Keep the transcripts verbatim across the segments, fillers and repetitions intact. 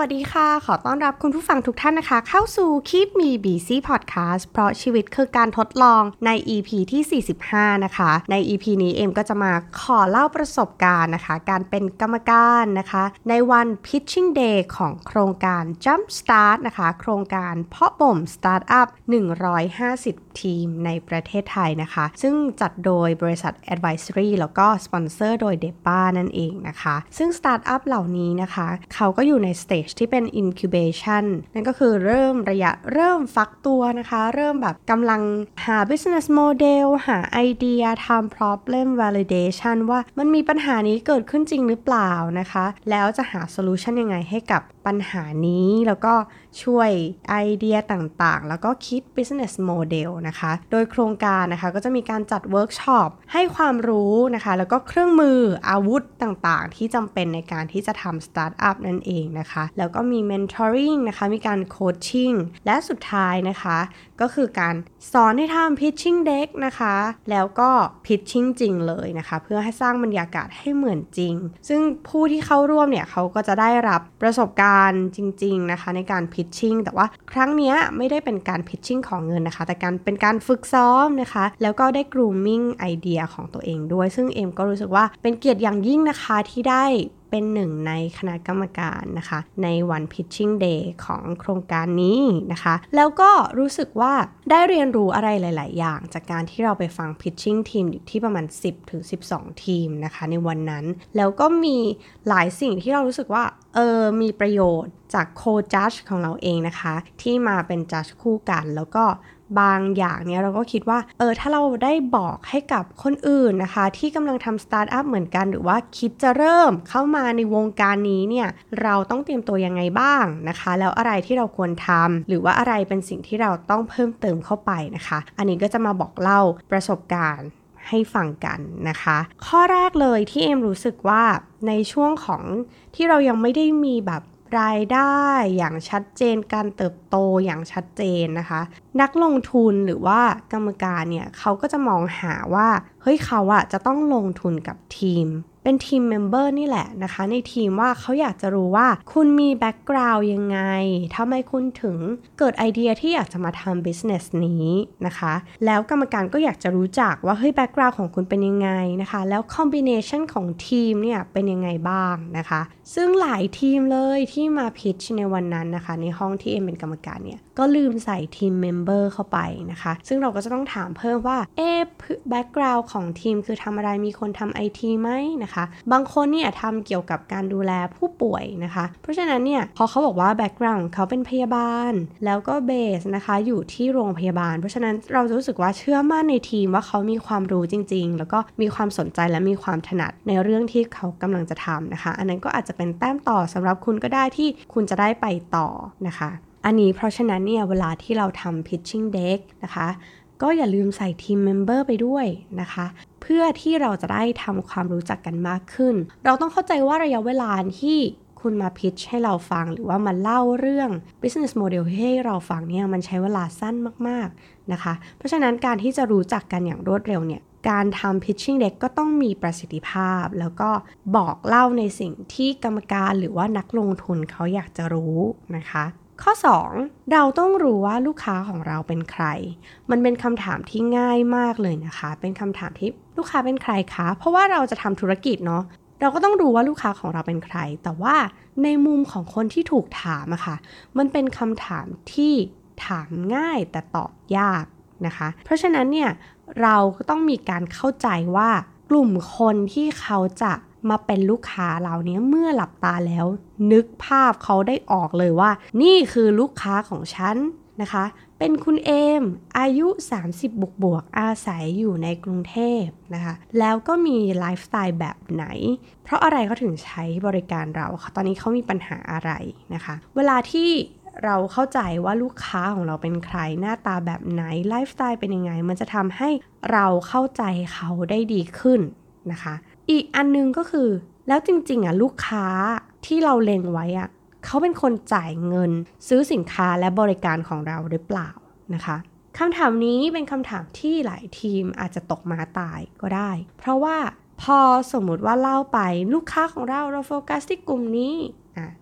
วัสดีค่ะขอต้อนรับคุณผู้ฟังทุกท่านนะคะเข้าสู่ Keep Me Busy Podcast เพราะชีวิตคือการทดลองใน อี พี ที่สี่สิบห้านะคะใน อี พี นี้เอมก็จะมาขอเล่าประสบการณ์นะคะการเป็นกรรมการนะคะในวัน Pitching Day ของโครงการ Jump Start นะคะโครงการเพาะบ่มสตาร์ทอัพหนึ่งร้อยห้าสิบทีมในประเทศไทยนะคะซึ่งจัดโดยบริษัท Advisory แล้วก็สปอนเซอร์โดย เดป เอ นั่นเองนะคะซึ่งสตาร์ทอัพเหล่านี้นะคะเขาก็อยู่ในสเตจที่เป็น incubation นั่นก็คือเริ่มระยะเริ่มฟักตัวนะคะเริ่มแบบกำลังหา business model หาไอเดียทำ problem validation ว่ามันมีปัญหานี้เกิดขึ้นจริงหรือเปล่านะคะแล้วจะหา solution ยังไงให้กับปัญหานี้แล้วก็ช่วยไอเดียต่างๆแล้วก็คิด business model นะคะโดยโครงการนะคะก็จะมีการจัดเวิร์กช็อปให้ความรู้นะคะแล้วก็เครื่องมืออาวุธต่างๆที่จำเป็นในการที่จะทำสตาร์ทอัพนั่นเองนะคะแล้วก็มี mentoring นะคะมีการ coaching และสุดท้ายนะคะก็คือการสอนให้ทำ pitching deck นะคะแล้วก็ pitching จริงเลยนะคะเพื่อให้สร้างบรรยากาศให้เหมือนจริงซึ่งผู้ที่เข้าร่วมเนี่ยเขาก็จะได้รับประสบการณ์จริงๆนะคะในการ pitching แต่ว่าครั้งนี้ไม่ได้เป็นการ pitching ของเงินนะคะแต่การเป็นการฝึกซ้อมนะคะแล้วก็ได้ grooming ไอเดียของตัวเองด้วยซึ่งเอมก็รู้สึกว่าเป็นเกียรติอย่างยิ่งนะคะที่ได้เป็นหนึ่งในคณะกรรมการนะคะในวัน Pitching Day ของโครงการนี้นะคะแล้วก็รู้สึกว่าได้เรียนรู้อะไรหลายๆอย่างจากการที่เราไปฟัง Pitching Team อยู่ที่ประมาณ สิบถึงสิบสอง ทีมนะคะในวันนั้นแล้วก็มีหลายสิ่งที่เรารู้สึกว่าเออมีประโยชน์จากโคจัดของเราเองนะคะที่มาเป็นจัดคู่กันแล้วก็บางอย่างเนี่ยเราก็คิดว่าเออถ้าเราได้บอกให้กับคนอื่นนะคะที่กำลังทำสตาร์ทอัพเหมือนกันหรือว่าคิดจะเริ่มเข้ามาในวงการนี้เนี่ยเราต้องเตรียมตัวยังไงบ้างนะคะแล้วอะไรที่เราควรทำหรือว่าอะไรเป็นสิ่งที่เราต้องเพิ่มเติมเข้าไปนะคะอันนี้ก็จะมาบอกเล่าประสบการณ์ให้ฟังกันนะคะข้อแรกเลยที่เอมรู้สึกว่าในช่วงของที่เรายังไม่ได้มีแบบรายได้อย่างชัดเจนการเติบโตอย่างชัดเจนนะคะนักลงทุนหรือว่ากรรมการเนี่ยเขาก็จะมองหาว่าเฮ้ยเขาอะจะต้องลงทุนกับทีมเป็นทีมเมมเบอร์นี่แหละนะคะในทีมว่าเขาอยากจะรู้ว่าคุณมีแบ็กกราวด์ยังไงทำไมคุณถึงเกิดไอเดียที่อยากจะมาทำบิสเนสนี้นะคะแล้วกรรมการก็อยากจะรู้จักว่าเฮ้ยแบ็กกราวด์ของคุณเป็นยังไงนะคะแล้วคอมบิเนชันของทีมเนี่ยเป็นยังไงบ้างนะคะซึ่งหลายทีมเลยที่มาพิชในวันนั้นนะคะในห้องที่เอ็มเป็นกรรมการเนี่ยก็ลืมใส่ทีมเมมเบอร์เข้าไปนะคะซึ่งเราก็จะต้องถามเพิ่มว่าเอ๊ะแบ็กกราวด์ของทีมคือทำอะไรมีคนทำไอทีไหมนะคะบางคนเนี่ยทำเกี่ยวกับการดูแลผู้ป่วยนะคะเพราะฉะนั้นเนี่ยพอเขาบอกว่าแบ็กกราวด์ของเขาเป็นพยาบาลแล้วก็เบสนะคะอยู่ที่โรงพยาบาลเพราะฉะนั้นเราจะรู้สึกว่าเชื่อมั่นในทีมว่าเขามีความรู้จริงๆแล้วก็มีความสนใจและมีความถนัดในเรื่องที่เขากำลังจะทำนะคะอันนั้นก็อาจจะเป็นแต้มต่อสำหรับคุณก็ได้ที่คุณจะได้ไปต่อนะคะอันนี้เพราะฉะนั้นเนี่ยเวลาที่เราทำ pitching deck นะคะก็อย่าลืมใส่ทีมเมมเบอร์ไปด้วยนะคะเพื่อที่เราจะได้ทำความรู้จักกันมากขึ้นเราต้องเข้าใจว่าระยะเวลาที่คุณมา pitch ให้เราฟังหรือว่ามาเล่าเรื่อง business model ให้เราฟังเนี่ยมันใช้เวลาสั้นมากๆนะคะเพราะฉะนั้นการที่จะรู้จักกันอย่างรวดเร็วเนี่ยการทำ pitching deck ก็ต้องมีประสิทธิภาพแล้วก็บอกเล่าในสิ่งที่กรรมการหรือว่านักลงทุนเขาอยากจะรู้นะคะข้อสองเราต้องรู้ว่าลูกค้าของเราเป็นใครมันเป็นคำถามที่ง่ายมากเลยนะคะเป็นคำถามที่ลูกค้าเป็นใครคะเพราะว่าเราจะทำธุรกิจเนาะเราก็ต้องรู้ว่าลูกค้าของเราเป็นใครแต่ว่าในมุมของคนที่ถูกถามอะค่ะมันเป็นคำถามที่ถามง่ายแต่ตอบยากนะคะเพราะฉะนั้นเนี่ยเราก็ต้องมีการเข้าใจว่ากลุ่มคนที่เขาจะมาเป็นลูกค้าเราเนี้ยเมื่อหลับตาแล้วนึกภาพเขาได้ออกเลยว่านี่คือลูกค้าของฉันนะคะเป็นคุณเอมอายุสามสิบบวกบวกอาศัยอยู่ในกรุงเทพนะคะแล้วก็มีไลฟ์สไตล์แบบไหนเพราะอะไรเขาถึงใช้บริการเราตอนนี้เขามีปัญหาอะไรนะคะเวลาที่เราเข้าใจว่าลูกค้าของเราเป็นใครหน้าตาแบบไหนไลฟ์สไตล์เป็นยังไงมันจะทำให้เราเข้าใจเขาได้ดีขึ้นนะคะอีกอันนึงก็คือแล้วจริงๆอ่ะลูกค้าที่เราเล็งไว้อ่ะเขาเป็นคนจ่ายเงินซื้อสินค้าและบริการของเราหรือเปล่านะคะคำถามนี้เป็นคำถามที่หลายทีมอาจจะตกม้าตายก็ได้เพราะว่าพอสมมุติว่าเล่าไปลูกค้าของเราเราโฟกัสที่กลุ่มนี้อ่ะ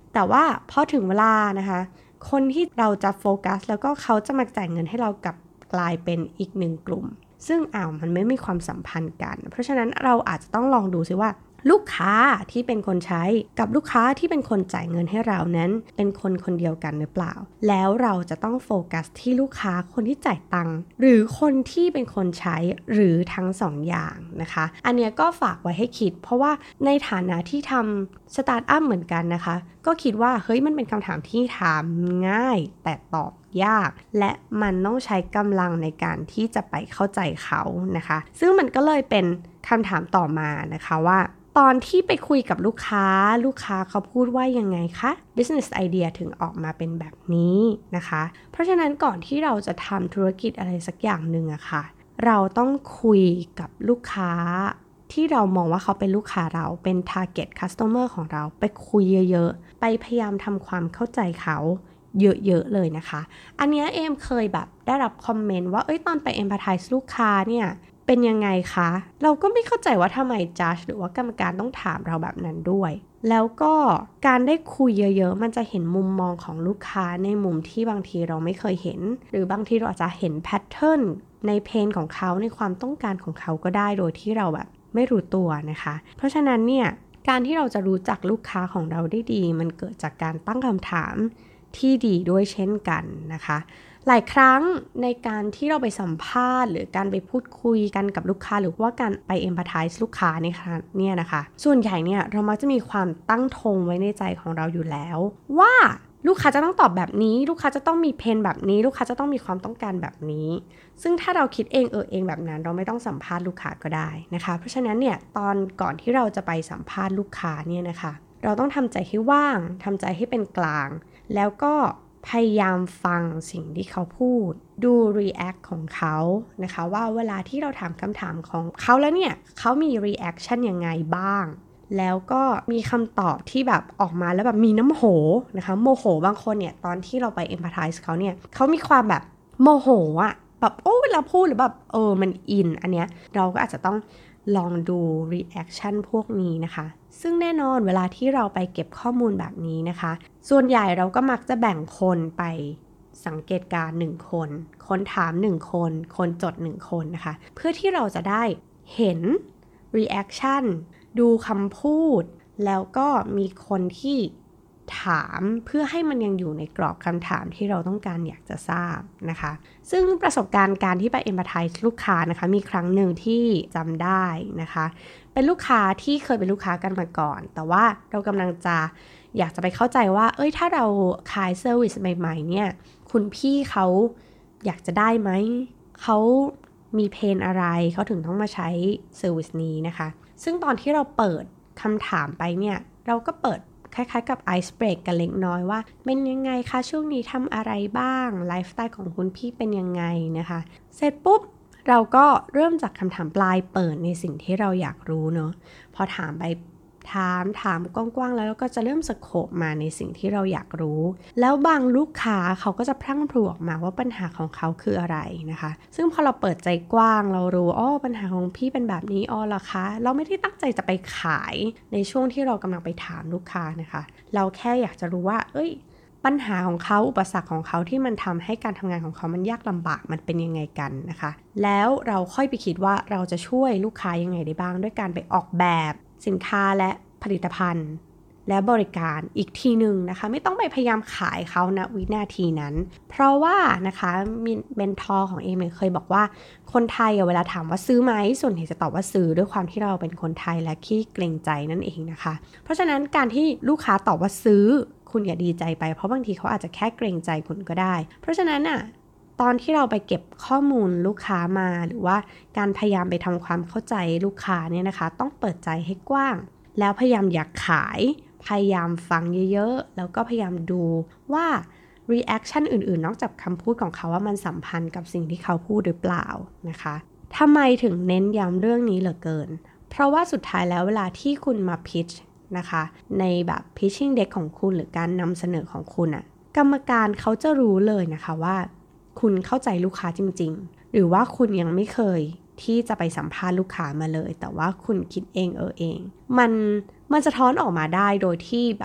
แต่ว่าพอถึงเวลานะคะคนที่เราจะโฟกัสแล้วก็เขาจะมาจ่ายเงินให้เรากลับกลายเป็นอีกหนึ่งกลุ่มซึ่งอ้าวมันไม่มีความสัมพันธ์กันเพราะฉะนั้นเราอาจจะต้องลองดูซิว่าลูกค้าที่เป็นคนใช้กับลูกค้าที่เป็นคนจ่ายเงินให้เรานั้นเป็นคนคนเดียวกันหรือเปล่าแล้วเราจะต้องโฟกัสที่ลูกค้าคนที่จ่ายตังค์หรือคนที่เป็นคนใช้หรือทั้งสองอย่างนะคะอันเนี้ยก็ฝากไว้ให้คิดเพราะว่าในฐานะที่ทำสตาร์ทอัพเหมือนกันนะคะก็คิดว่าเฮ้ยมันเป็นคำถามที่ถามง่ายแต่ตอบยากและมันต้องใช้กำลังในการที่จะไปเข้าใจเขานะคะซึ่งมันก็เลยเป็นคำถามต่อมานะคะว่าตอนที่ไปคุยกับลูกค้าลูกค้าเขาพูดว่ายังไงคะ business idea ถึงออกมาเป็นแบบนี้นะคะเพราะฉะนั้นก่อนที่เราจะทำธุรกิจอะไรสักอย่างหนึ่งอะค่ะเราต้องคุยกับลูกค้าที่เรามองว่าเขาเป็นลูกค้าเราเป็น target customer ของเราไปคุยเยอะๆไปพยายามทำความเข้าใจเขาเยอะๆเลยนะคะอันนี้เอมเคยแบบได้รับคอมเมนต์ว่าเอ้ยตอนไป empathize ลูกค้าเนี่ยเป็นยังไงคะเราก็ไม่เข้าใจว่าทำไมจัดหรือว่ากรรมการต้องถามเราแบบนั้นด้วยแล้วก็การได้คุยเยอะๆมันจะเห็นมุมมองของลูกค้าในมุมที่บางทีเราไม่เคยเห็นหรือบางทีเราอาจจะเห็นแพทเทิร์นในเพนของเขาในความต้องการของเขาก็ได้โดยที่เราแบบไม่รู้ตัวนะคะเพราะฉะนั้นเนี่ยการที่เราจะรู้จักลูกค้าของเราได้ดีมันเกิดจากการตั้งคำถามที่ดีด้วยเช่นกันนะคะหลายครั้งในการที่เราไปสัมภาษณ์หรือการไปพูดคุยกันกับลูกค้าหรือว่าการไป empathize ลูกค้าเนี่ยนะคะส่วนใหญ่เนี่ยเรามักจะมีความตั้งธงไว้ในใจของเราอยู่แล้วว่าลูกค้าจะต้องตอบแบบนี้ลูกค้าจะต้องมีเพนแบบนี้ลูกค้าจะต้องมีความต้องการแบบนี้ซึ่งถ้าเราคิดเองเออเองแบบนั้นเราไม่ต้องสัมภาษณ์ลูกค้าก็ได้นะคะเพราะฉะนั้นเนี่ยตอนก่อนที่เราจะไปสัมภาษณ์ลูกค้าเนี่ยนะคะเราต้องทำใจให้ว่างทำใจให้เป็นกลางแล้วก็พยายามฟังสิ่งที่เขาพูดดู react ของเขานะคะว่าเวลาที่เราถามคำถามของเขาแล้วเนี่ยเขามี reaction ยังไงบ้างแล้วก็มีคำตอบที่แบบออกมาแล้วแบบมีน้ำโหนะคะโมโหบางคนเนี่ยตอนที่เราไป empathize เขาเนี่ยเขามีความแบบโมโหอะแบบโอ้เวลาพูดหรือแบบเออมันอินอันเนี้ยเราก็อาจจะต้องลองดู reaction พวกนี้นะคะซึ่งแน่นอนเวลาที่เราไปเก็บข้อมูลแบบนี้นะคะส่วนใหญ่เราก็มักจะแบ่งคนไปสังเกตการณ์หนึ่งคนคนถามหนึ่งคนคนจดหนึ่งคนนะคะเพื่อที่เราจะได้เห็น reaction ดูคำพูดแล้วก็มีคนที่ถามเพื่อให้มันยังอยู่ในกรอบคำถามที่เราต้องการอยากจะทราบนะคะซึ่งประสบการณ์การที่ไป empathize ลูกค้านะคะมีครั้งหนึ่งที่จำได้นะคะเป็นลูกค้าที่เคยเป็นลูกค้ากันมาก่อนแต่ว่าเรากำลังจะอยากจะไปเข้าใจว่าเอ้ยถ้าเราขายเซอร์วิสใหม่ๆเนี่ยคุณพี่เขาอยากจะได้ไหมเขามีเพนอะไรเขาถึงต้องมาใช้เซอร์วิสนี้นะคะซึ่งตอนที่เราเปิดคำถามไปเนี่ยเราก็เปิดคล้ายๆกับไอซ์เบรกกันเล็กน้อยว่าเป็นยังไงคะช่วงนี้ทำอะไรบ้างไลฟ์สไตล์ของคุณพี่เป็นยังไงนะคะเสร็จปุ๊บเราก็เริ่มจากคำถามปลายเปิดในสิ่งที่เราอยากรู้เนาะพอถามไปถามถามกว้างๆแล้วเราก็จะเริ่มสโคปมาในสิ่งที่เราอยากรู้แล้วบางลูกค้าเขาก็จะพรั่งพรูออกมาว่าปัญหาของเขาคืออะไรนะคะซึ่งพอเราเปิดใจกว้างเรารู้อ๋อปัญหาของพี่เป็นแบบนี้อ๋อเหรอคะเราไม่ได้ตั้งใจจะไปขายในช่วงที่เรากำลังไปถามลูกค้านะคะเราแค่อยากจะรู้ว่าเอ้ยปัญหาของเขาอุปสรรคของเขาที่มันทำให้การทำงานของเขามันยากลำบากมันเป็นยังไงกันนะคะแล้วเราค่อยไปคิดว่าเราจะช่วยลูกค้ายังไงได้บ้างด้วยการไปออกแบบสินค้าและผลิตภัณฑ์และบริการอีกทีหนึ่งนะคะไม่ต้องไปพยายามขายเขาณวินาทีนั้นเพราะว่านะคะมีเมนทอร์ของเอมเคยบอกว่าคนไทยเวลาถามว่าซื้อไหมส่วนใหญ่จะตอบว่าซื้อด้วยความที่เราเป็นคนไทยและขี้เกรงใจนั่นเองนะคะเพราะฉะนั้นการที่ลูกค้าตอบว่าซื้อคุณอย่าดีใจไปเพราะบางทีเขาอาจจะแค่เกรงใจคุณก็ได้เพราะฉะนั้นอ่ะตอนที่เราไปเก็บข้อมูลลูกค้ามาหรือว่าการพยายามไปทำความเข้าใจลูกค้าเนี่ยนะคะต้องเปิดใจให้กว้างแล้วพยายามอยากขายพยายามฟังเยอะๆแล้วก็พยายามดูว่า reaction อื่นๆนอกจากคำพูดของเขาว่ามันสัมพันธ์กับสิ่งที่เขาพูดหรือเปล่านะคะทำไมถึงเน้นย้ำเรื่องนี้เหลือเกินเพราะว่าสุดท้ายแล้วเวลาที่คุณมา pitch นะคะในแบบ pitching deck ของคุณหรือการนำเสนอของคุณอะกรรมการเขาจะรู้เลยนะคะว่าคุณเข้าใจลูกค้าจริงๆหรือว่าคุณยังไม่เคยที่จะไปสัมภาษณ์ลูกค้ามาเลยแต่ว่าคุณคิดเองเออเองมันมันสะท้อนออกมาได้โดยที่แบบ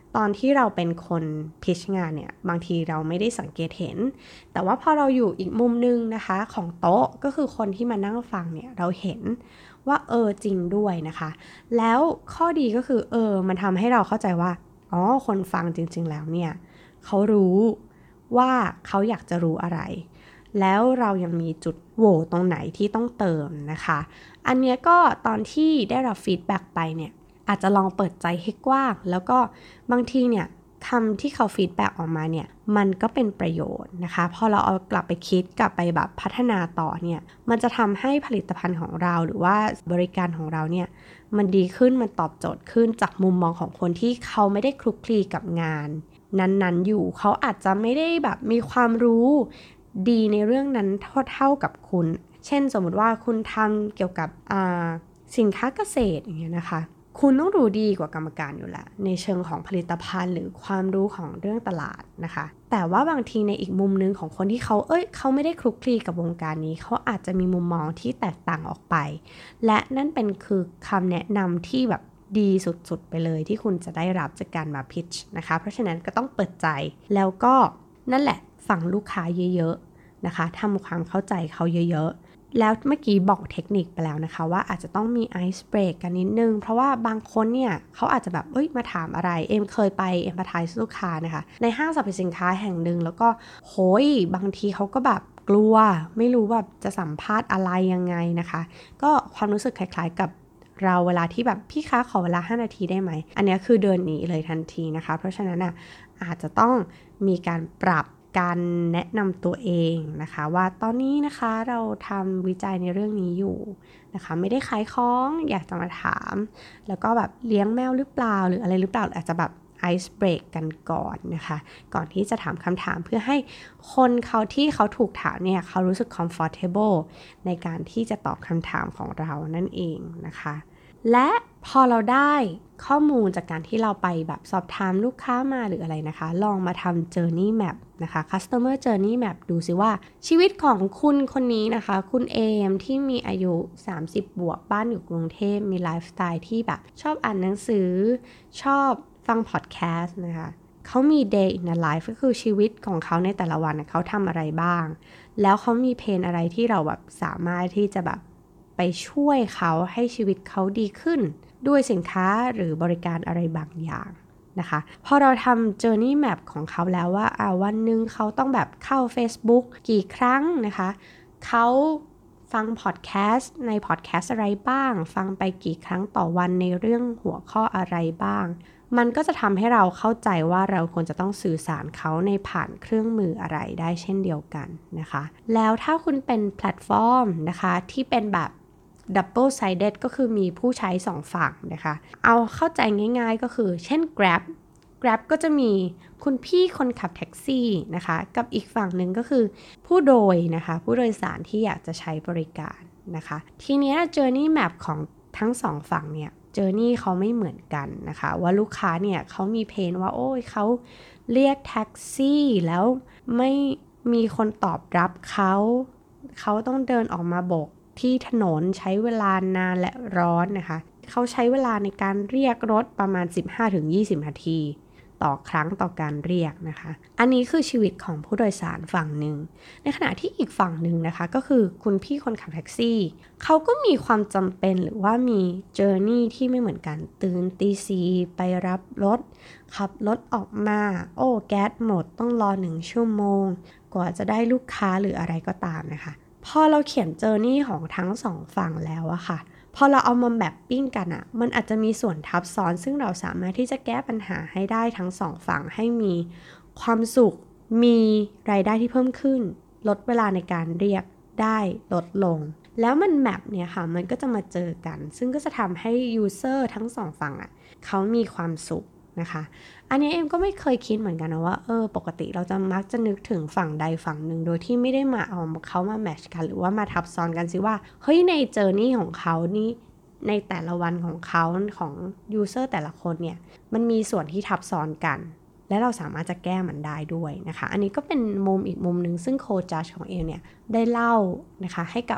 ตอนที่เราเป็นคนพิชงานเนี่ยบางทีเราไม่ได้สังเกตเห็นแต่ว่าพอเราอยู่อีกมุมนึงนะคะของโต๊ะก็คือคนที่มานั่งฟังเนี่ยเราเห็นว่าเออจริงด้วยนะคะแล้วข้อดีก็คือเออมันทำให้เราเข้าใจว่าอ๋อคนฟังจริงๆแล้วเนี่ยเขารู้ว่าเขาอยากจะรู้อะไรแล้วเรายังมีจุดโหว่ตรงไหนที่ต้องเติมนะคะอันเนี้ยก็ตอนที่ได้รับฟีดแบ็กไปเนี่ยอาจจะลองเปิดใจให้กว้างแล้วก็บางทีเนี่ยคำที่เขาฟีดแบ็กออกมาเนี่ยมันก็เป็นประโยชน์นะคะพอเราเอากลับไปคิดกลับไปแบบพัฒนาต่อเนี่ยมันจะทำให้ผลิตภัณฑ์ของเราหรือว่าบริการของเราเนี่ยมันดีขึ้นมันตอบโจทย์ขึ้นจากมุมมองของคนที่เขาไม่ได้คลุกคลีกับงานนั้นๆอยู่เขาอาจจะไม่ได้แบบมีความรู้ดีในเรื่องนั้นเท่าๆกับคุณเช่นสมมติว่าคุณทำเกี่ยวกับสินค้าเกษตรอย่างเงี้ยนะคะคุณต้องรู้ดีกว่ากรรมการอยู่แล้วในเชิงของผลิตภัณฑ์หรือความรู้ของเรื่องตลาดนะคะแต่ว่าบางทีในอีกมุมนึงของคนที่เขาเอ้ยเขาไม่ได้คลุกคลีกับวงการนี้เขาอาจจะมีมุมมองที่แตกต่างออกไปและนั่นเป็นคือคำแนะนำที่แบบดีสุดๆไปเลยที่คุณจะได้รับจากการมาพิชนะคะเพราะฉะนั้นก็ต้องเปิดใจแล้วก็นั่นแหละฟังลูกค้าเยอะๆนะคะทำความเข้าใจเขาเยอะๆแล้วเมื่อกี้บอกเทคนิคไปแล้วนะคะว่าอาจจะต้องมีไอซ์เบรกกันนิดนึงเพราะว่าบางคนเนี่ยเขาอาจจะแบบเอ้ยมาถามอะไรเอ็มเคยไปเอ็มพาไทส์ลูกค้านะคะในห้างสรรพสินค้าแห่งหนึ่งแล้วก็โหยบางทีเขาก็แบบกลัวไม่รู้แบบจะสัมภาษณ์อะไรยังไงนะคะก็ความรู้สึกคล้ายๆกับเราเวลาที่แบบพี่คะขอเวลาห้านาทีได้ไหมอันนี้คือเดินหนีเลยทันทีนะคะเพราะฉะนั้นอ่ะอาจจะต้องมีการปรับการแนะนำตัวเองนะคะว่าตอนนี้นะคะเราทำวิจัยในเรื่องนี้อยู่นะคะไม่ได้ขายของอยากจะมาถามแล้วก็แบบเลี้ยงแมวหรือเปล่าหรืออะไรหรือเปล่าอาจจะแบบไอซ์เบรกกันก่อนนะคะก่อนที่จะถามคำถามเพื่อให้คนเขาที่เขาถูกถามเนี่ยเขารู้สึก comfortable ในการที่จะตอบคำถามของเรานั่นเองนะคะและพอเราได้ข้อมูลจากการที่เราไปแบบสอบถามลูกค้ามาหรืออะไรนะคะลองมาทำ journey map นะคะ customer journey map ดูสิว่าชีวิตของคุณคนนี้นะคะคุณเอมที่มีอายุสามสิบบวกบ้านอยู่กรุงเทพมีไลฟ์สไตล์ที่แบบชอบอ่านหนังสือชอบฟังพอดแคสต์นะคะเขามี day in a life ก็คือชีวิตของเขาในแต่ละวันเขาทำอะไรบ้างแล้วเขามีเพนอะไรที่เราแบบสามารถที่จะแบบไปช่วยเขาให้ชีวิตเขาดีขึ้นด้วยสินค้าหรือบริการอะไรบางอย่างนะคะพอเราทำ journey map ของเขาแล้วว่าอ่าวันหนึ่งเขาต้องแบบเข้า Facebook กี่ครั้งนะคะเขาฟังพอดแคสต์ในพอดแคสต์อะไรบ้างฟังไปกี่ครั้งต่อวันในเรื่องหัวข้ออะไรบ้างมันก็จะทำให้เราเข้าใจว่าเราควรจะต้องสื่อสารเขาในผ่านเครื่องมืออะไรได้เช่นเดียวกันนะคะแล้วถ้าคุณเป็นแพลตฟอร์มนะคะที่เป็นแบบ double sided ก็คือมีผู้ใช้สองฝั่งนะคะเอาเข้าใจง่ายๆก็คือเช่น Grab Grab ก็จะมีคุณพี่คนขับแท็กซี่นะคะกับอีกฝั่งหนึ่งก็คือผู้โดยนะคะผู้โดยสารที่อยากจะใช้บริการนะคะทีนี้ journey map ของทั้งสองฝั่งเนี่ยเจอร์นี่เขาไม่เหมือนกันนะคะว่าลูกค้าเนี่ยเขามีเพนว่าโอ้ยเขาเรียกแท็กซี่แล้วไม่มีคนตอบรับเขาเขาต้องเดินออกมาโบกที่ถนนใช้เวลานานและร้อนนะคะเขาใช้เวลาในการเรียกรถประมาณ สิบห้าถึงยี่สิบ นาทีต่อครั้งต่อการเรียกนะคะอันนี้คือชีวิตของผู้โดยสารฝั่งหนึ่งในขณะที่อีกฝั่งหนึ่งนะคะก็คือคุณพี่คนขับแท็กซี่เขาก็มีความจำเป็นหรือว่ามีเจอร์นี่ที่ไม่เหมือนกันตื่นตีสี่ไปรับรถขับรถออกมาโอ้แก๊สหมดต้องรอหนึ่งชั่วโมงกว่าจะได้ลูกค้าหรืออะไรก็ตามนะคะพอเราเขียนเจอร์นี่ของทั้งสองฝั่งแล้วอะค่ะพอเราเอามาแมปปิ้งกันอะมันอาจจะมีส่วนทับซ้อนซึ่งเราสามารถที่จะแก้ปัญหาให้ได้ทั้งสองฝั่งให้มีความสุขมีรายได้ที่เพิ่มขึ้นลดเวลาในการเรียกได้ลดลงแล้วมันแมปเนี่ยค่ะมันก็จะมาเจอกันซึ่งก็จะทำให้ยูเซอร์ทั้งสองฝั่งอะเขามีความสุขนะคะอันนี้เอ็มก็ไม่เคยคิดเหมือนกันนะว่าเออปกติเราจะมักจะนึกถึงฝั่งใดฝั่งหนึ่งโดยที่ไม่ได้มาเอาเขามาแมทช์กันหรือว่ามาทับซ้อนกันสิว่าเฮ้ยในเจอร์นี่ของเขานี่ในแต่ละวันของเขาของยูเซอร์แต่ละคนเนี่ยมันมีส่วนที่ทับซ้อนกันและเราสามารถจะแก้มันได้ด้วยนะคะอันนี้ก็เป็นมุมอีกมุมหนึ่งซึ่งโคจัสของเอ็มเนี่ยได้เล่านะคะให้กับ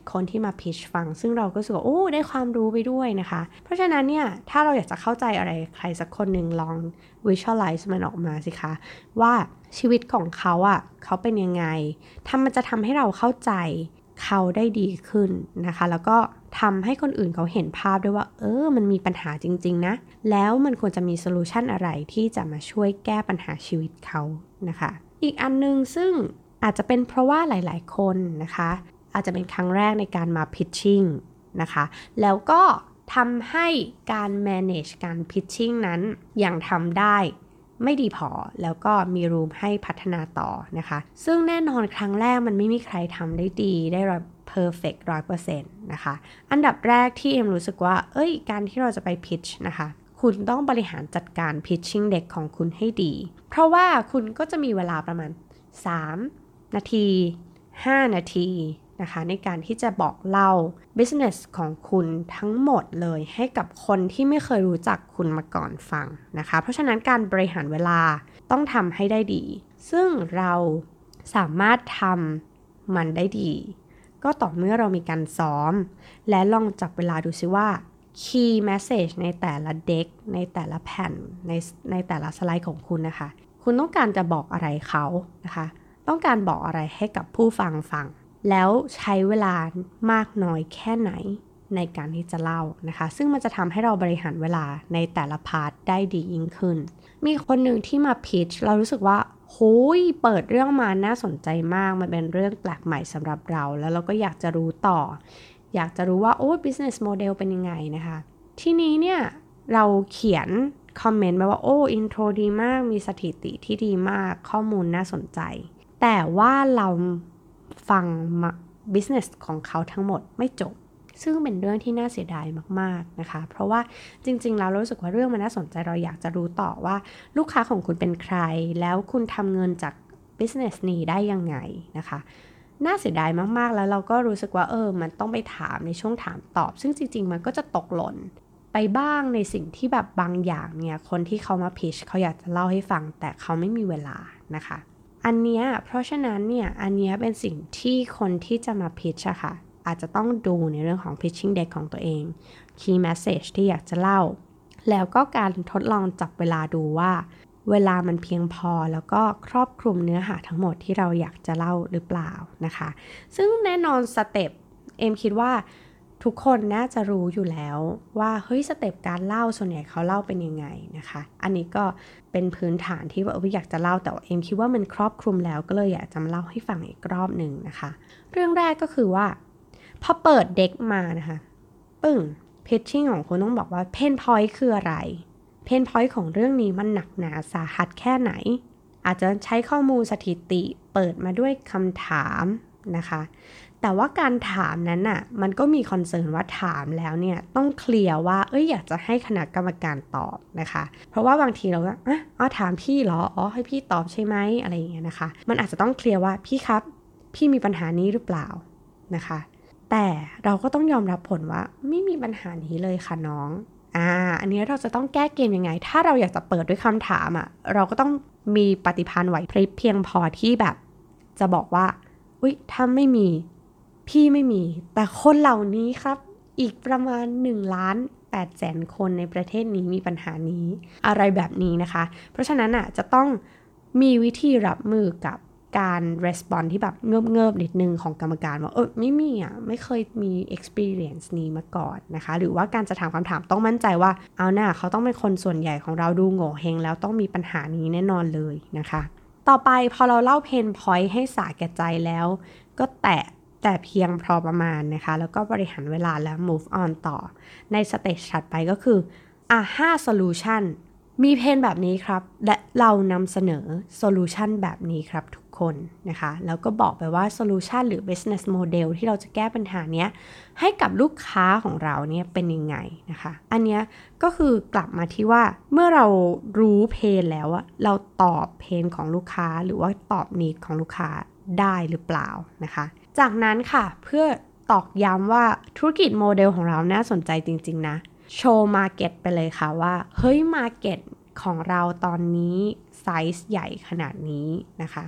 คนที่มา pitch ฟังซึ่งเราก็รู้สึกว่าโอ้ได้ความรู้ไปด้วยนะคะเพราะฉะนั้นเนี่ยถ้าเราอยากจะเข้าใจอะไรใครสักคนหนึ่งลอง visualize มันออกมาสิคะว่าชีวิตของเขาอ่ะเขาเป็นยังไงทำมันจะทำให้เราเข้าใจเขาได้ดีขึ้นนะคะแล้วก็ทำให้คนอื่นเขาเห็นภาพด้วยว่าเออมันมีปัญหาจริงๆนะแล้วมันควรจะมีโซลูชันอะไรที่จะมาช่วยแก้ปัญหาชีวิตเขานะคะอีกอันนึงซึ่งอาจจะเป็นเพราะว่าหลายๆคนนะคะอาจจะเป็นครั้งแรกในการมา pitching นะคะแล้วก็ทำให้การ manage การ pitching นั้นยังทำได้ไม่ดีพอแล้วก็มีรูมให้พัฒนาต่อนะคะซึ่งแน่นอนครั้งแรกมันไม่มีใครทำได้ดีได้ร้อย perfect ร้อยเปอร์เซ็นต์นะคะอันดับแรกที่เอ็มรู้สึกว่าเอ้ยการที่เราจะไป pitch นะคะคุณต้องบริหารจัดการ pitching deck ของคุณให้ดีเพราะว่าคุณก็จะมีเวลาประมาณสามนาทีห้านาทีนะคะในการที่จะบอกเล่า business ของคุณทั้งหมดเลยให้กับคนที่ไม่เคยรู้จักคุณมาก่อนฟังนะคะเพราะฉะนั้นการบริหารเวลาต้องทำให้ได้ดีซึ่งเราสามารถทำมันได้ดีก็ต่อเมื่อเรามีการซ้อมและลองจับเวลาดูซิว่า key message ในแต่ละเด็กในแต่ละแผ่นในในแต่ละสไลด์ของคุณนะคะคุณต้องการจะบอกอะไรเขานะคะต้องการบอกอะไรให้กับผู้ฟังฟังแล้วใช้เวลามากน้อยแค่ไหนในการที่จะเล่านะคะซึ่งมันจะทำให้เราบริหารเวลาในแต่ละพาร์ทได้ดียิ่งขึ้นมีคนหนึ่งที่มาพิชเรารู้สึกว่าโหยเปิดเรื่องมาน่าสนใจมากมันเป็นเรื่องแปลกใหม่สำหรับเราแล้วเราก็อยากจะรู้ต่ออยากจะรู้ว่าโอ้ business model เป็นยังไงนะคะทีนี้เนี่ยเราเขียนคอมเมนต์ไปว่าโอ้อินโทรดีมากมีสถิติที่ดีมากข้อมูลน่าสนใจแต่ว่าเราฟัง business ของเขาทั้งหมดไม่จบซึ่งเป็นเรื่องที่น่าเสียดายมากๆนะคะเพราะว่าจริงๆแล้วเรารู้สึกว่าเรื่องมันน่าสนใจเราอยากจะรู้ต่อว่าลูกค้าของคุณเป็นใครแล้วคุณทำเงินจาก business นี้ได้ยังไงนะคะน่าเสียดายมากๆแล้วเราก็รู้สึกว่าเออมันต้องไปถามในช่วงถามตอบซึ่งจริงๆมันก็จะตกหล่นไปบ้างในสิ่งที่แบบบางอย่างเนี่ยคนที่เขามาพิชเขาอยากจะเล่าให้ฟังแต่เขาไม่มีเวลานะคะอันเนี้ยเพราะฉะนั้นเนี่ยอันเนี้ยเป็นสิ่งที่คนที่จะมาพิชอะค่ะอาจจะต้องดูในเรื่องของ pitching deck ของตัวเอง key message ที่อยากจะเล่าแล้วก็การทดลองจับเวลาดูว่าเวลามันเพียงพอแล้วก็ครอบคลุมเนื้อหาทั้งหมดที่เราอยากจะเล่าหรือเปล่านะคะซึ่งแน่นอนสเต็ปเอ็มคิดว่าทุกคนน่าจะรู้อยู่แล้วว่าเฮ้ยสเต็ปการเล่าส่วนใหญ่เขาเล่าเป็นยังไงนะคะอันนี้ก็เป็นพื้นฐานที่ว่าอยากจะเล่าแต่เอ็มคิดว่ามันครอบคลุมแล้วก็เลยอยากจะมาเล่าให้ฟังอีกรอบหนึ่งนะคะเรื่องแรกก็คือว่าพอเปิดเด็กมานะคะปึ้ง pitching ของคุณต้องบอกว่า pain point คืออะไร pain point ของเรื่องนี้มันหนักหนาสาหัสแค่ไหนอาจจะใช้ข้อมูลสถิติเปิดมาด้วยคำถามนะคะแต่ว่าการถามนั้นน่ะมันก็มีคอนเซิร์นว่าถามแล้วเนี่ยต้องเคลียร์ว่าเอ้ยอยากจะให้คณะกรรมการตอบนะคะเพราะว่าบางทีเราก็อ่ะอ๋อถามพี่เหรออ๋อให้พี่ตอบใช่ไหมอะไรอย่างเงี้ยนะคะมันอาจจะต้องเคลียร์ว่าพี่ครับพี่มีปัญหานี้หรือเปล่านะคะแต่เราก็ต้องยอมรับผลว่าไม่มีปัญหานี้เลยค่ะน้องอ่าอันนี้เราจะต้องแก้เกมยังไงถ้าเราอยากจะเปิดด้วยคำถามอ่ะเราก็ต้องมีปฏิภาณไหวพริบเพียงพอที่แบบจะบอกว่าอุ๊ยถ้าไม่มีพี่ไม่มีแต่คนเหล่านี้ครับอีกประมาณหนึ่งล้านแปดแสนคนในประเทศนี้มีปัญหานี้อะไรแบบนี้นะคะเพราะฉะนั้นอ่ะจะต้องมีวิธีรับมือกับการ response ที่แบบเงิบๆนิดนึงของกรรมการว่าเออไม่มีอ่ะไม่เคยมี experience นี้มาก่อนนะคะหรือว่าการจะถามคำถามต้องมั่นใจว่าเอาหน้าเขาต้องเป็นคนส่วนใหญ่ของเราดูโง่เฮงแล้วต้องมีปัญหานี้แน่นอนเลยนะคะต่อไปพอเราเล่า pain point ให้สาแก่ใจแล้วก็แตะแต่เพียงพอประมาณนะคะแล้วก็บริหารเวลาแล้ว move on ต่อในสเตจถัดไปก็คืออ่ะห้า solution มีเพนแบบนี้ครับและเรานำเสนอ solution แบบนี้ครับทุกคนนะคะแล้วก็บอกไปว่า solution หรือ business model ที่เราจะแก้ปัญหาเนี้ยให้กับลูกค้าของเราเนี่ยเป็นยังไงนะคะอันเนี้ยก็คือกลับมาที่ว่าเมื่อเรารู้เพนแล้วอะเราตอบเพนของลูกค้าหรือว่าตอบ need ของลูกค้าได้หรือเปล่านะคะจากนั้นค่ะเพื่อตอกย้ำว่าธุรกิจโมเดลของเราน่าสนใจจริงๆนะโชว์มาร์เก็ตไปเลยค่ะว่าเฮ้ยมาร์เก็ตของเราตอนนี้ไซส์ใหญ่ขนาดนี้นะคะพ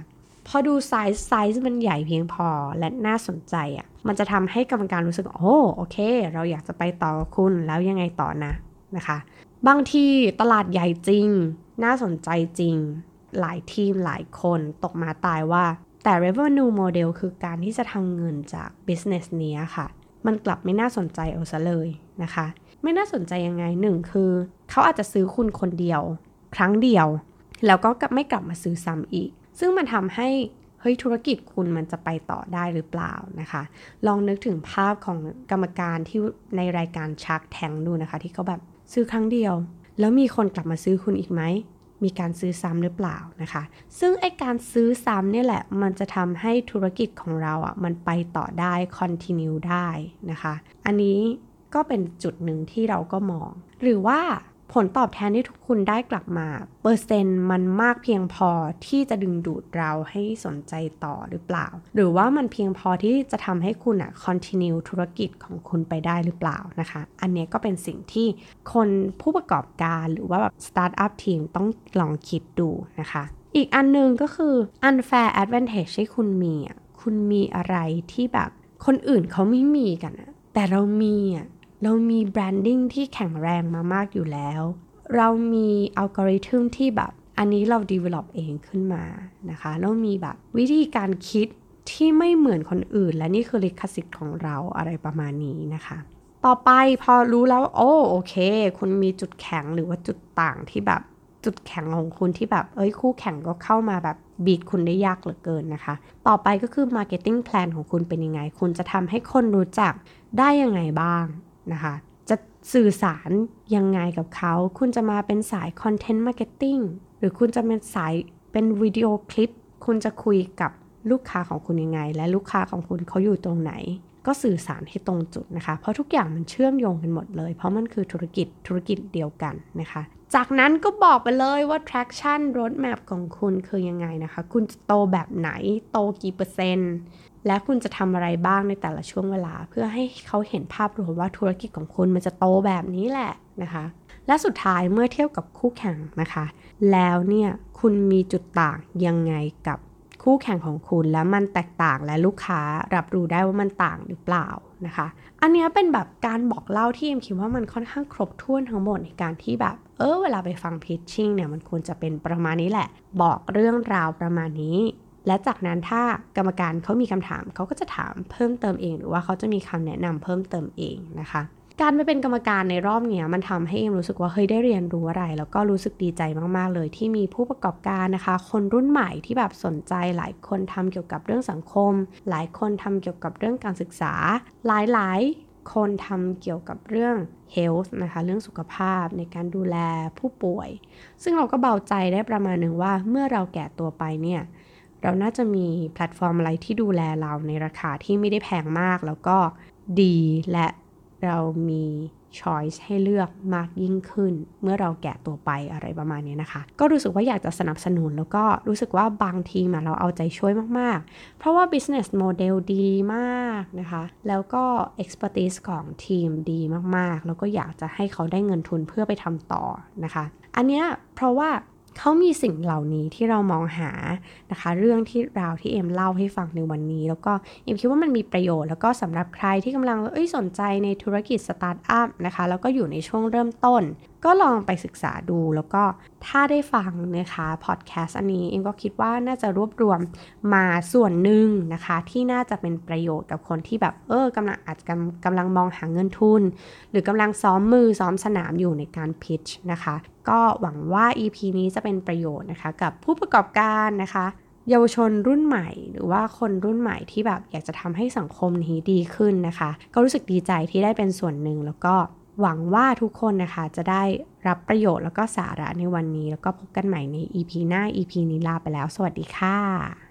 พอดูไซส์ไซส์มันใหญ่เพียงพอและน่าสนใจอ่ะมันจะทำให้กรรมการรู้สึกโอ้โอเคเราอยากจะไปต่อคุณแล้วยังไงต่อนะนะคะบางทีตลาดใหญ่จริงน่าสนใจจริงหลายทีมหลายคนตกมาตายว่าแต่ revenue model คือการที่จะทำเงินจาก business นี้ค่ะมันกลับไม่น่าสนใจเอาซะเลยนะคะไม่น่าสนใจยังไงหนึ่งคือเขาอาจจะซื้อคุณคนเดียวครั้งเดียวแล้วก็ไม่กลับมาซื้อซ้ำอีกซึ่งมันทำให้เฮ้ยธุรกิจคุณมันจะไปต่อได้หรือเปล่านะคะลองนึกถึงภาพของกรรมการที่ในรายการ Shark Tank ดูนะคะที่เขาแบบซื้อครั้งเดียวแล้วมีคนกลับมาซื้อคุณอีกไหมมีการซื้อซ้ำหรือเปล่านะคะซึ่งไอการซื้อซ้ำเนี่ยแหละมันจะทำให้ธุรกิจของเราอ่ะมันไปต่อได้ continue ได้นะคะอันนี้ก็เป็นจุดหนึ่งที่เราก็มองหรือว่าผลตอบแทนที่ทุกคุณได้กลับมาเปอร์เซ็นต์มันมากเพียงพอที่จะดึงดูดเราให้สนใจต่อหรือเปล่าหรือว่ามันเพียงพอที่จะทำให้คุณอ่ะ continue ธุรกิจของคุณไปได้หรือเปล่านะคะอันนี้ก็เป็นสิ่งที่คนผู้ประกอบการหรือว่าแบบ startup team ต้องลองคิดดูนะคะอีกอันนึงก็คือ unfair advantage ที่คุณมีอ่ะคุณมีอะไรที่แบบคนอื่นเขาไม่มีกันอ่ะแต่เรามีอ่ะเรามีแบรนดิ้งที่แข็งแรงมามากอยู่แล้วเรามีอัลกอริทึมที่แบบอันนี้เรา develop เองขึ้นมานะคะแล้วมีแบบวิธีการคิดที่ไม่เหมือนคนอื่นและนี่คือลิขสิทธิ์ของเราอะไรประมาณนี้นะคะต่อไปพอรู้แล้วโอ้โอเคคุณมีจุดแข็งหรือว่าจุดต่างที่แบบจุดแข็งของคุณที่แบบเอ้ยคู่แข่งก็เข้ามาแบบบีทคุณได้ยากเหลือเกินนะคะต่อไปก็คือ marketing plan ของคุณเป็นยังไงคุณจะทำให้คนรู้จักได้ยังไงบ้างนะคะจะสื่อสารยังไงกับเขาคุณจะมาเป็นสาย content marketing หรือคุณจะเป็นสายเป็นวิดีโอคลิปคุณจะคุยกับลูกค้าของคุณยังไงและลูกค้าของคุณเขาอยู่ตรงไหนก็สื่อสารให้ตรงจุดนะคะเพราะทุกอย่างมันเชื่อมโยงกันหมดเลยเพราะมันคือธุรกิจธุรกิจเดียวกันนะคะจากนั้นก็บอกไปเลยว่า traction roadmap ของคุณคือยังไงนะคะคุณจะโตแบบไหนโตกี่เปอร์เซ็นต์และคุณจะทำอะไรบ้างในแต่ละช่วงเวลาเพื่อให้เขาเห็นภาพรวมว่าธุรกิจของคุณมันจะโตแบบนี้แหละนะคะและสุดท้ายเมื่อเทียบกับคู่แข่งนะคะแล้วเนี่ยคุณมีจุดต่างยังไงกับคู่แข่งของคุณและมันแตกต่างและลูกค้ารับรู้ได้ว่ามันต่างหรือเปล่านะคะอันนี้เป็นแบบการบอกเล่าที่เอ็มคิดว่ามันค่อนข้างครบถ้วนทั้งหมดในการที่แบบเออเวลาไปฟัง pitching เนี่ยมันควรจะเป็นประมาณนี้แหละบอกเรื่องราวประมาณนี้และจากนั้นถ้ากรรมการเขามีคำถามเขาก็จะถามเพิ่มเติมเองหรือว่าเขาจะมีคำแนะนำเพิ่มเติมเองนะคะการไปเป็นกรรมการในรอบเนี้ยมันทำให้เอ็มรู้สึกว่าเฮ้ยได้เรียนรู้อะไรแล้วก็รู้สึกดีใจมากๆเลยที่มีผู้ประกอบการนะคะคนรุ่นใหม่ที่แบบสนใจหลายคนทำเกี่ยวกับเรื่องสังคมหลายคนทำเกี่ยวกับเรื่องการศึกษาหลายๆคนทำเกี่ยวกับเรื่อง health นะคะเรื่องสุขภาพในการดูแลผู้ป่วยซึ่งเราก็เบาใจได้ประมาณหนึ่งว่าเมื่อเราแก่ตัวไปเนี่ยเราน่าจะมีแพลตฟอร์มอะไรที่ดูแลเราในราคาที่ไม่ได้แพงมากแล้วก็ดีและเรามี choice ให้เลือกมากยิ่งขึ้นเมื่อเราแก่ตัวไปอะไรประมาณนี้นะคะก็รู้สึกว่าอยากจะสนับสนุนแล้วก็รู้สึกว่าบางทีมเราเอาใจช่วยมากๆเพราะว่า business model ดีมากนะคะแล้วก็ expertise ของทีมดีมากๆแล้วก็อยากจะให้เขาได้เงินทุนเพื่อไปทำต่อนะคะอันเนี้ยเพราะว่าเขามีสิ่งเหล่านี้ที่เรามองหานะคะเรื่องที่ราวที่เอ็มเล่าให้ฟังในวันนี้แล้วก็เอ็มคิดว่ามันมีประโยชน์แล้วก็สำหรับใครที่กำลังเอ้ยสนใจในธุรกิจสตาร์ทอัพนะคะแล้วก็อยู่ในช่วงเริ่มต้นก็ลองไปศึกษาดูแล้วก็ถ้าได้ฟังนะคะพอดแคสต์อันนี้เอ็มก็คิดว่าน่าจะรวบรวมมาส่วนหนึ่งนะคะที่น่าจะเป็นประโยชน์กับคนที่แบบเออกำลังอาจจะกำลังมองหาเงินทุนหรือกำลังซ้อมมือซ้อมสนามอยู่ในการพิชนะคะก็หวังว่า อี พี นี้จะเป็นประโยชน์นะคะกับผู้ประกอบการนะคะเยาวชนรุ่นใหม่หรือว่าคนรุ่นใหม่ที่แบบอยากจะทำให้สังคมนี้ดีขึ้นนะคะก็รู้สึกดีใจที่ได้เป็นส่วนหนึ่งแล้วก็หวังว่าทุกคนนะคะจะได้รับประโยชน์แล้วก็สาระในวันนี้แล้วก็พบกันใหม่ใน อี พี หน้า อี พี นี้ลาไปแล้วสวัสดีค่ะ